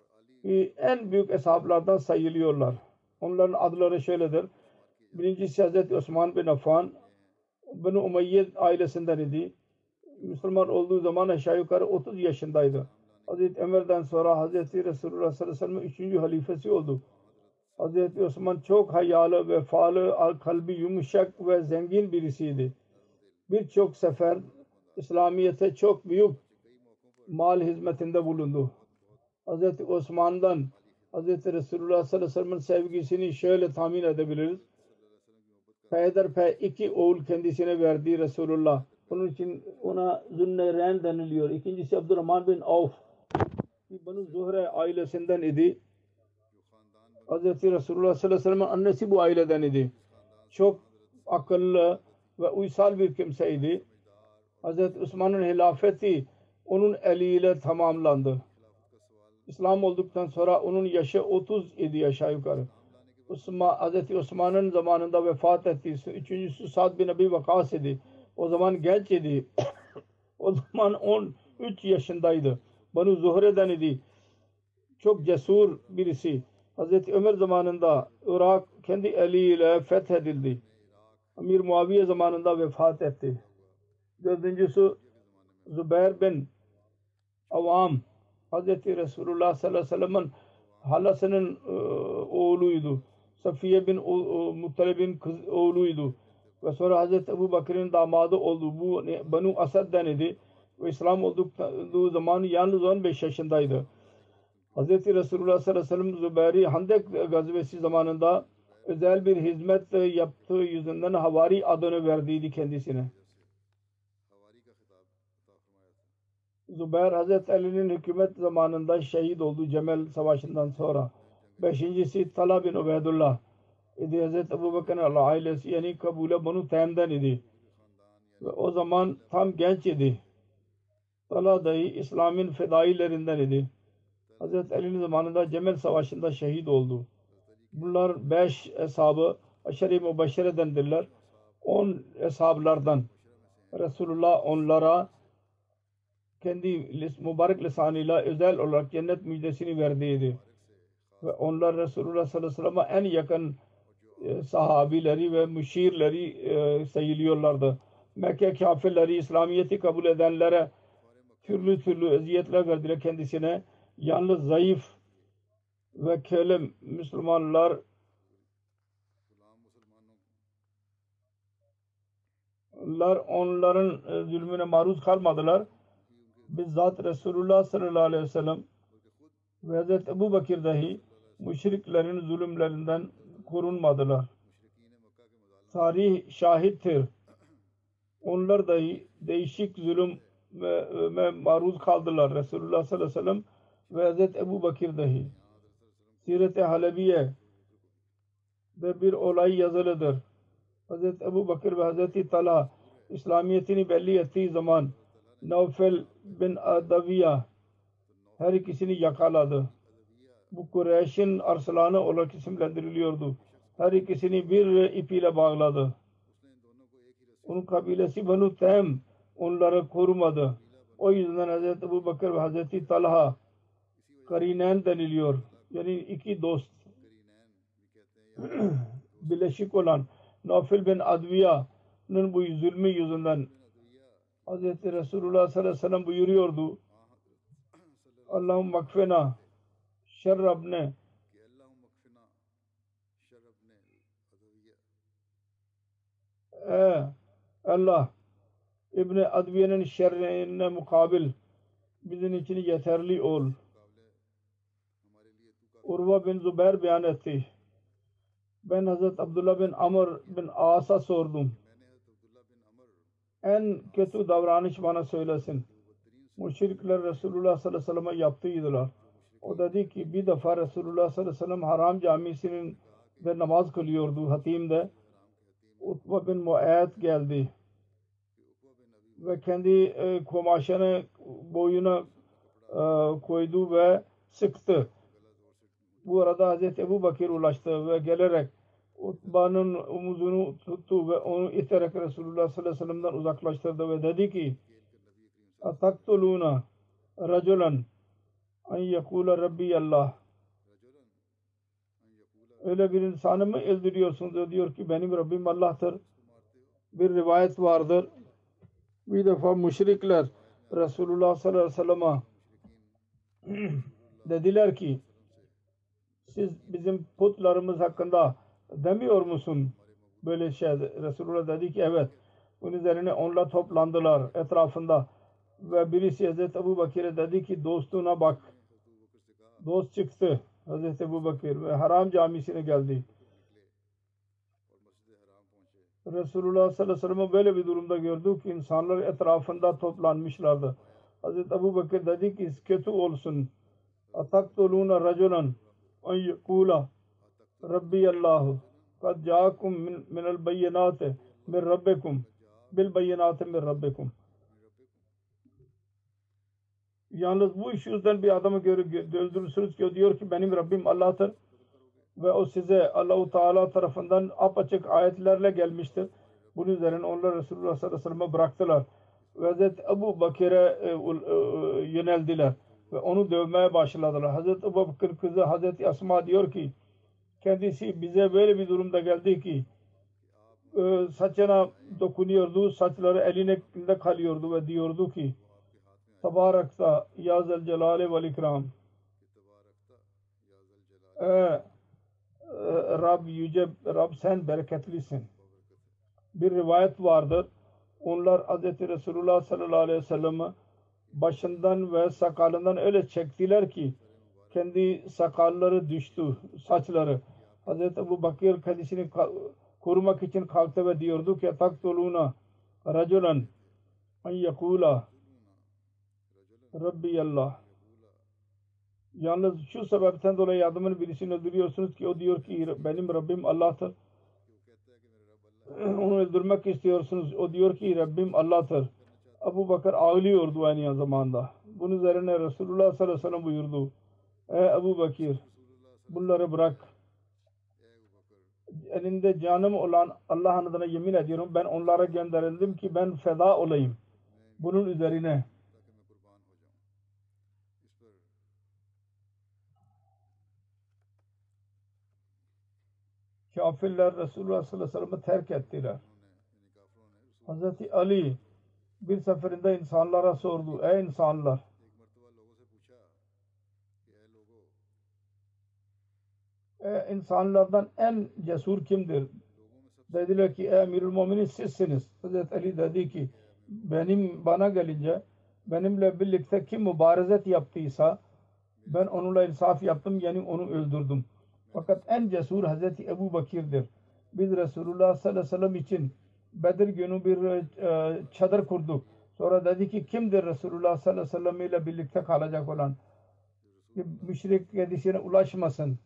B: En büyük eshablardan sayılıyorlar. Onların adları şöyledir. Birincisi Hz. Osman bin Affan, Benu Umayye ailesinden idi. Müslüman olduğu zaman aşağı yukarı 30 yaşındaydı. Hz. Ömer'den sonra Hz. Resulullah sallallahu aleyhi ve sellem'in 3. halifesi oldu. Hz. Osman çok hayalı, vefalı, kalbi yumuşak ve zengin birisiydi. Birçok sefer İslamiyet'e çok büyük mal hizmetinde bulundu. Hz. Osman'dan Hz. Resulullah sallallahu aleyhi ve sellem'in sevgisini şöyle tahmin edebiliriz. Peyderpey 2 oğul kendisine verdi Resulullah. Onun için ona Zünneyren deniliyor. İkincisi Abdurrahman bin Avf. Banu Zuhre ailesinden idi. Hz. Resulullah sallallahu aleyhi ve sellem'in annesi bu aileden idi. Çok akıllı ve uysal bir kimseydi. Hz. Osman'ın hilafeti onun eliyle tamamlandı. İslam olduktan sonra onun yaşı 30 idi aşağı yukarı. Hz. Osman'ın zamanında vefat etti. Üçüncüsü Sa'd bin Abi Vakas idi. O zaman genç idi. O zaman 13 yaşındaydı. Banu Zuhre'den idi. Çok cesur birisi. Hz. Ömer zamanında Irak kendi eliyle fethedildi. Amir Muaviye zamanında vefat etti. Dördüncüsü Zübeyir bin Avam. Hz. Resulullah sallallahu aleyhi ve sellem'in halasının oğluydu. Safiye bin Muttalib'in oğluydu. Ve sonra Hz. Ebu Bakır'ın damadı oldu. Bu Banu Asad'dan idi. Ve İslam olduğu zaman yalnız 15 yaşındaydı. Hz. Resulullah sallallahu aleyhi ve sellem Zübeyir'i Handek gazvesi zamanında özel bir hizmet yaptığı yüzünden Havari adını verdiydi kendisine. Zübeyir Hz. Ali'nin hükümet zamanında şehit oldu Cemel Savaşı'ndan sonra. Beşincisi Talha bin Ubeydullah idi. Hz. Ebu Bakır'ın ailesi yani Kabule Banu Taym'den idi. Ve o zaman tam genç idi. Talha dahi İslam'ın fedailerinden idi. Hz. Ali'nin zamanında Cemel Savaşı'nda şehit oldu. Bunlar 5 eshabı Aşere-i Mübeşşere'dendirler. 10 eshablardan Resulullah onlara kendi mübarek lisanıyla özel olarak cennet müjdesini verdiydi. Ve onlar Resulullah sallallahu aleyhi ve sellem'e en yakın sahabileri ve müşirleri sayılıyorlardı. Mekke kafirleri İslamiyet'i kabul edenlere türlü eziyetler verdiler kendisine. Yalnız zayıf ve köle Müslümanlar onların zulmüne maruz kalmadılar. Bizzat Resulullah sallallahu aleyhi ve sellem ve Hazreti Ebu Bakır dahi müşriklerin zulümlerinden korunmadılar. Tarih şahittir. Onlar dahi değişik zulüm ve maruz kaldılar. Resulullah sallallahu aleyhi ve sellem ve Hazreti Ebu Bakır dahi. Siret-i Halebiye de bir olay yazılıdır. Hazreti Ebu Bakır ve Hazreti Talha İslamiyetini belli ettiği zaman Nevfel bin Adaviya her ikisini yakaladı. Bu Kureyş'in arslanı olarak isimlendiriliyordu. Her ikisini bir ipiyle bağladı. Onun kabilesi Banu Tem onları korumadı. O yüzden Hazreti Ebu Bakır ve Hazreti Talha karinen deniliyor. Yani iki dost bileşik olan Nafil bin Adviya'nın bu zulmü yüzünden Hz. Resulullah sallallahu aleyhi ve sellem buyuruyordu. Allahümme makfena şerrabne Allah İbni Adviye'nin şerrine mukabil bizim için yeterli ol. Urva bin Zübeyir beyan etti. Ben Hazreti Abdullah bin Amr bin As'a sordum. En kötü davranış bana söylesin. Müşrikler Resulullah sallallahu aleyhi ve sellem'e yaptıydılar. O dedi ki bir defa Resulullah sallallahu aleyhi ve sellem Haram Camisi'nin ve namaz kılıyordu Hatim'de. Utba bin Muayet geldi ve kendi kumaşını boyuna koydu ve sıktı. Bu arada Hz. Ebu Bakır ulaştı ve gelerek Utba'nın omuzunu tuttu ve onu iterek Resulullah sallallahu aleyhi ve sellem'den uzaklaştırdı ve dedi ki Ataktuluna raculan en yekula Rabbi Allah. Öyle bir insanı mı öldürüyorsunuz? Diyor ki benim Rabbim Allah'tır. Bir rivayet vardır. Bir defa müşrikler Resulullah sallallahu aleyhi ve sellem'e dediler ki siz bizim putlarımız hakkında demiyor musun? Böyle şey. Resulullah dedi ki evet. Bunun üzerine onlar toplandılar etrafında ve birisi Hazreti Ebu Bakır'a dedi ki dostuna bak. Dost çıktı Hazreti Ebu Bakır ve Haram Camisi'ne geldi. Resulullah sallallahu aleyhi ve sellem'i böyle bir durumda gördü ki insanlar etrafında toplanmışlardı. Hazreti Ebu Bakır dedi ki kötü olsun. Ataktuluna raculan en yekula Rabbi Allahu kad ca'akum minel bayyinati min rabbikum bil bayyinati min rabbikum. Yalnız bu iş yüzden bir adamı öldürürsünüz ki o diyor ki benim Rabbim Allah'tır ve o size Allah-u Teala tarafından apaçık ayetlerle gelmiştir. Bunun üzerine onlar Resulullah sallallahu aleyhi ve sellem'e bıraktılar. Ve Hazreti Ebu Bakır'a yöneldiler ve onu dövmeye başladılar. Hazreti Ebu Bakır kızı Hazreti Asma diyor ki kendisi bize böyle bir durumda geldi ki saçına dokunuyordu, saçları elinde kalıyordu ve diyordu ki Tabarakta ya zel celali vel ikram. Rab yüce Rab sen bereketlisin. Bir rivayet vardır. Onlar Hz. Resulullah sallallahu aleyhi ve sellem'i başından ve sakalından öyle çektiler ki kendi sakalları düştü, saçları. Hz. Ebu Bakır kendisini korumak için kalktı ve diyordu ki taktuluna raculan en yekula Rabbi Allah. Yalnız şu sebepten dolayı adamın birisini öldürüyorsunuz ki o diyor ki benim Rabbim Allah'tır. Onu öldürmek istiyorsunuz. O diyor ki Rabbim Allah'tır. Ebu Bakır ağlıyordu aynı zamanda. Bunun üzerine Resulullah sallallahu aleyhi ve sellem buyurdu. Ey Ebu Bakır bunları bırak. Elinde canım olan Allah'ın adına yemin ediyorum ben onlara gönderildim ki ben feda olayım. Bunun üzerine kafirler Resulullah sallallahu aleyhi ve sellem'i terk ettiler. Hazreti Ali bir seferinde insanlara sordu. Ey insanlar insanlardan en cesur kimdir? Dediler ki Emirül Müminin sizsiniz. Hazreti Ali dedi ki bana gelince benimle birlikte kim mübarezet yaptıysa ben onunla insaf yaptım, yani onu öldürdüm. Fakat en cesur Hazreti Ebu Bakir'dir. Biz Resulullah sallallahu aleyhi ve sellem için Bedir günü bir çadır kurduk. Sonra dedi ki kimdir Resulullah sallallahu aleyhi ve sellem ile birlikte kalacak olan? Ki müşrik kendisine ulaşmasın.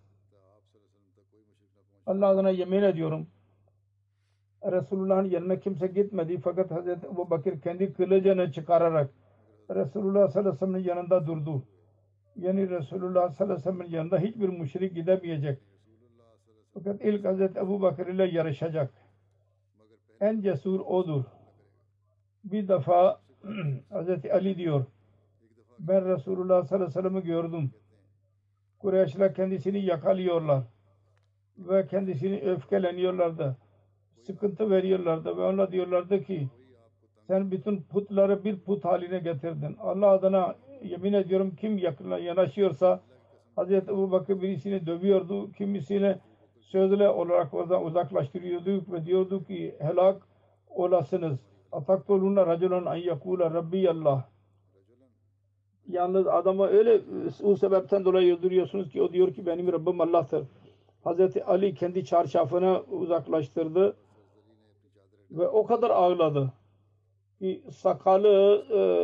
B: Allah adına yemin ediyorum. Resulullah'ın yanına kimse gitmedi. Fakat Hazreti Ebu Bakir kendi kılıcını çıkararak Resulullah sallallahu aleyhi ve sellem'in yanında durdu. Yani Resulullah sallallahu aleyhi ve sellem'in yanında hiçbir müşrik gidemeyecek. Fakat ilk Hazreti Ebu Bakir ile yarışacak. En cesur odur. Bir defa Hazreti Ali diyor, ben Resulullah sallallahu aleyhi ve sellem'i gördüm. Kureyşler kendisini yakalıyorlar ve kendisini öfkeleniyorlardı. Sıkıntı veriyorlardı ve ona diyorlardı ki sen bütün putları bir put haline getirdin. Allah adına yemin ediyorum kim yanaşıyorsa Hazreti Ebu Bakır birisini dövüyordu, kimisini sözle olarak oradan uzaklaştırıyordu ve diyordu ki helak olasınız. Ataktoluna raculan an yakula Rabbi Allah. Yalnız adamı öyle o sebepten dolayı öldürüyorsunuz ki o diyor ki benim Rabbim Allah'tır. Hazreti Ali kendi çarşafını uzaklaştırdı ve o kadar ağladı ki sakalı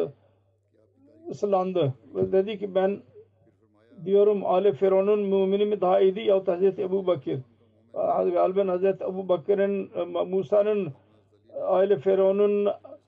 B: ıslandı ve dedi ki ben diyorum Ali Firavun'un mümini mi daha iyiydi yahut Hazreti Ebu Bakir. Galiben Hazreti Ebu Bakir'in Musa'nın aile Firavun'un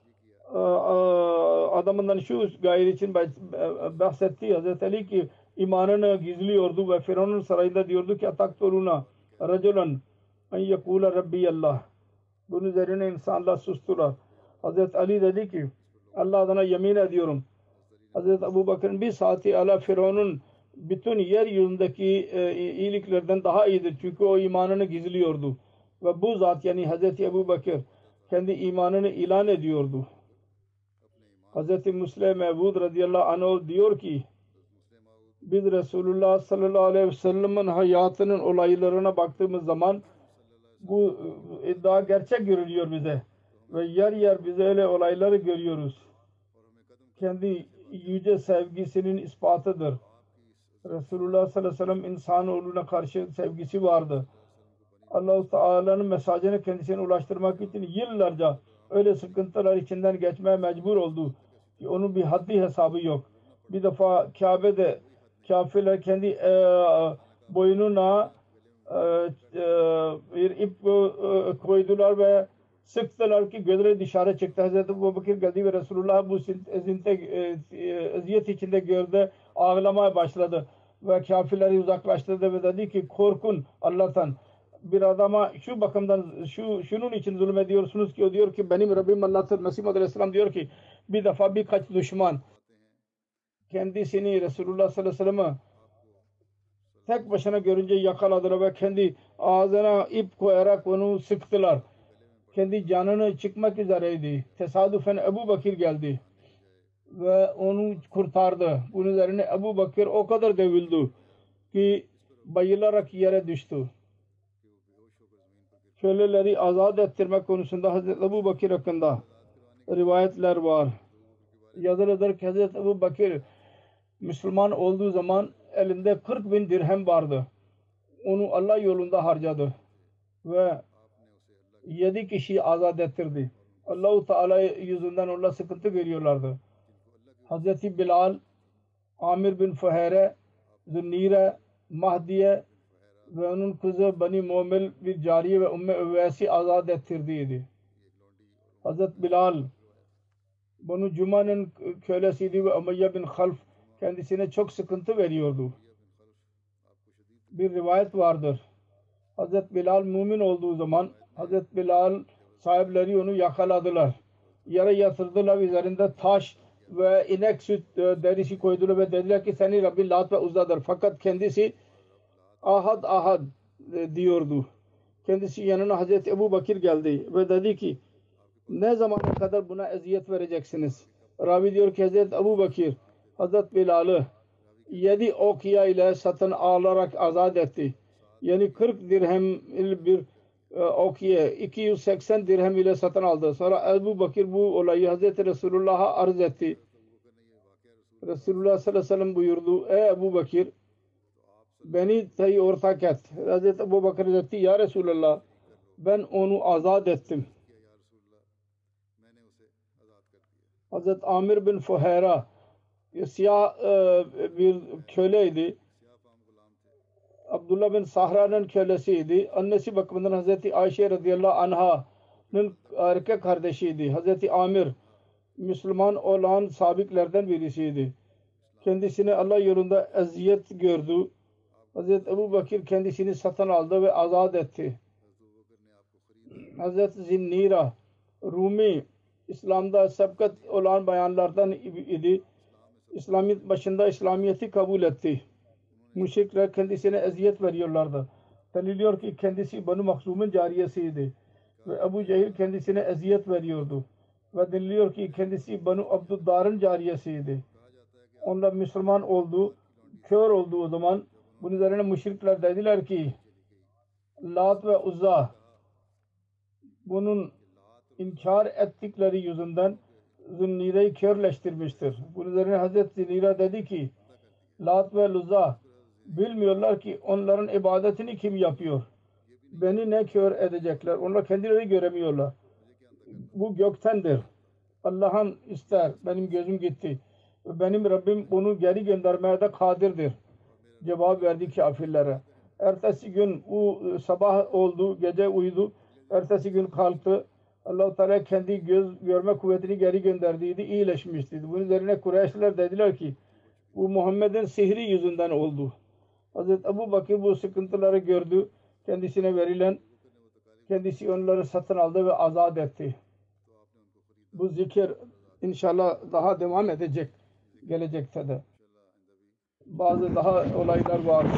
B: adamından şu gayri için bahsetti Hazreti Ali ki imanını gizliyordu ve Firavun'un sarayında diyordu ki ataktoluna raculan en yekula Rabbi Allah. Bunun üzerine insanlar sustular. Hazreti Ali dedi ki Allah adına yemin ediyorum Hazreti Ebu Bakır'ın bir saati ala Firavun'un bütün yeryüzündeki iyiliklerden daha iyidir. Çünkü o imanını gizliyordu. Ve bu zat yani Hazreti Ebu Bakır kendi imanını ilan ediyordu. Hazreti Müslim Mevud radıyallahu anh diyor ki biz Resulullah sallallahu aleyhi ve sellem'in hayatının olaylarına baktığımız zaman bu iddia gerçek görülüyor bize. Ve yer yer biz öyle olayları görüyoruz. Kendi yüce sevgisinin ispatıdır. Resulullah sallallahu aleyhi ve sellem insanoğluna karşı sevgisi vardı. Allah-u Teala'nın mesajını kendisine ulaştırmak için yıllarca öyle sıkıntılar içinden geçmeye mecbur oldu ki onun bir haddi hesabı yok. Bir defa Kabe'de kafirler kendi boynuna bir ip koydular ve sıktılar ki gözleri dışarı çıktı. Hazreti Ebu Bakır geldi ve Resulullah bu eziyet içinde gördü, ağlamaya başladı ve kafirleri uzaklaştırdı ve dedi ki korkun Allah'tan. Bir adama şu bakımdan şunun için zulmediyorsunuz ki o diyor ki benim Rabbim Allah'tır. Mesih Aleyhisselam diyor ki bir defa birkaç düşman kendisini Resulullah sallallahu aleyhi ve sellem'i tek başına görünce yakaladılar ve kendi ağzına ip koyarak onu sıktılar. Kendi canını çıkmak üzereydi. Tesadüfen Ebu Bakır geldi ve onu kurtardı. Bunun üzerine Ebu Bakır o kadar dövüldü ki bayılarak yere düştü. Köleleri azat ettirmek konusunda Hazreti Ebu Bakır hakkında rivayetler var. Yazılıdır ki Hazreti Ebu Bakır Müslüman olduğu zaman elinde 40.000 dirhem vardı. Onu Allah yolunda harcadı ve 7 kişiyi azat ettirdi. Allah-u Teala yüzünden onlar sıkıntı görüyorlardı. Hazreti Bilal, Amir bin Fuhere, Zünnire, Mahdiye ve onun kızı Bani Mu'mil bir cariye ve Ümmü Üveysi azat ettirdiydi. Hazreti Bilal Banu Cuma'nın kölesiydi ve Umayye bin Half kendisine çok sıkıntı veriyordu. Bir rivayet vardır. Hazreti Bilal mümin olduğu zaman Hazreti Bilal sahipleri onu yakaladılar. Yere yatırdılar, üzerinde taş ve inek süt derisi koydular ve dediler ki seni Rabbi Lat ve Uzza'dır. Fakat kendisi ahad ahad diyordu. Kendisi yanına Hazreti Ebu Bakır geldi ve dedi ki ne zamana kadar buna eziyet vereceksiniz? Ravi diyor ki Hazreti Ebu Bakır Hazreti Bilal'ı 7 okiya ile satın alarak azat etti. Yani 40 dirhem bir Okiye 280 dirhem ile satın aldı. Sonra Ebu Bakir bu olayı Hazreti Resulullah'a arz etti. Resulullah sallallahu aleyhi ve sellem buyurdu: ey Ebu Bakir, beni tayi ortak et. Hazreti Ebu Bakir dedi: ya Resulullah, ben onu azat ettim. Hazreti Amir bin Fuhayra siyah bir köleydi. Abdullah bin Sahra'nın kölesiydi. Annesi bakımından Hazreti Ayşe radıyallahu anha'nın erkek kardeşiydi. Hazreti Amir Müslüman olan sabiklerden birisiydi. Kendisine Allah yolunda eziyet gördü. Hazreti Ebu Bakir kendisini satın aldı ve azat etti. Hazreti Zinnira Rumi İslam'da sabıkat olan bayanlardan idi. İslamiyet başında İslamiyet'i kabul etti. Müşrikler kendisine eziyet veriyorlardı. Deniliyor ki kendisi Banu Makhzum'un cariyesiydi. Ve Ebu Cehil kendisine eziyet veriyordu. Ve deniliyor ki kendisi Banu Abduddar'ın cariyesiydi. Onlar Müslüman oldu, kör oldu o zaman. Bunun üzerine müşrikler dediler ki Lat ve Uzza bunun inkar ettikleri yüzünden Zinnira'yı körleştirmiştir. Bunun üzerine Hazreti Zinnira dedi ki Lat ve Uzza bilmiyorlar ki onların ibadetini kim yapıyor. Beni ne kör edecekler. Onlar kendileri göremiyorlar. Bu göktendir. Allah'ın ister. Benim gözüm gitti. Benim Rabbim bunu geri göndermeye de kadirdir. Cevap verdi kafirlere. Ertesi gün bu sabah oldu. Gece uyudu. Ertesi gün kalktı. Allah-u Teala kendi göz görme kuvvetini geri gönderdiydi. İyileşmişti. Bunun üzerine Kureyşliler dediler ki bu Muhammed'in sihri yüzünden oldu. Hazreti Ebu Bakir bu sıkıntıları gördü. Kendisine verilen, kendisi onları satın aldı ve azat etti. Bu zikir inşallah daha devam edecek gelecekte de. Bazı daha olaylar vardı.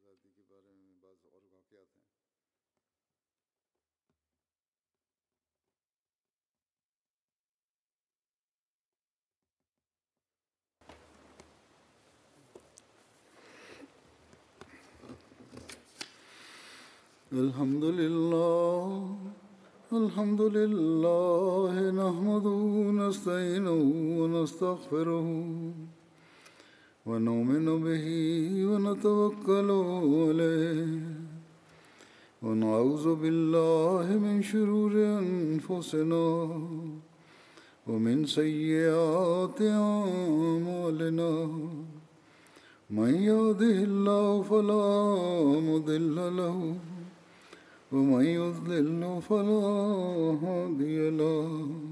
A: Elhamdülillah nahmaduhu nesta'inu ve nestağfiruhu ve nu'minu bihi ve netevekkalu aleyh ve na'udzu billahi min şururi enfusina ve min seyyiati a'malina. Men yahdihillahu fela mudille lehu ومن يضلل فلا هادي له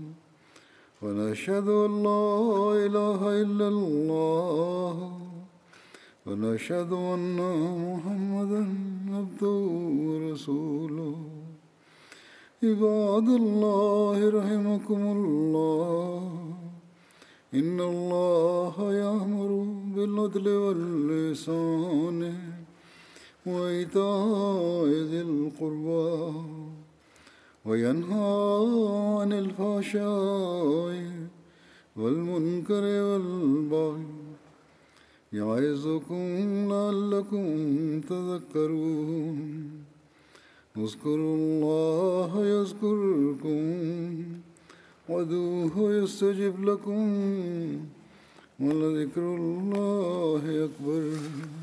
A: ونشهد أن لا إله إلا الله ونشهد أن محمدا عبده ورسوله عباد الله رحمكم الله إن الله يأمر بالعدل والإحسان وإيتاء ذي القربى وينهى عن الفحشاء والمنكر والبغي يعظكم لعلكم تذكرون اذكروا الله يذكركم وادعوه يستجب لكم ولذكر الله أكبر.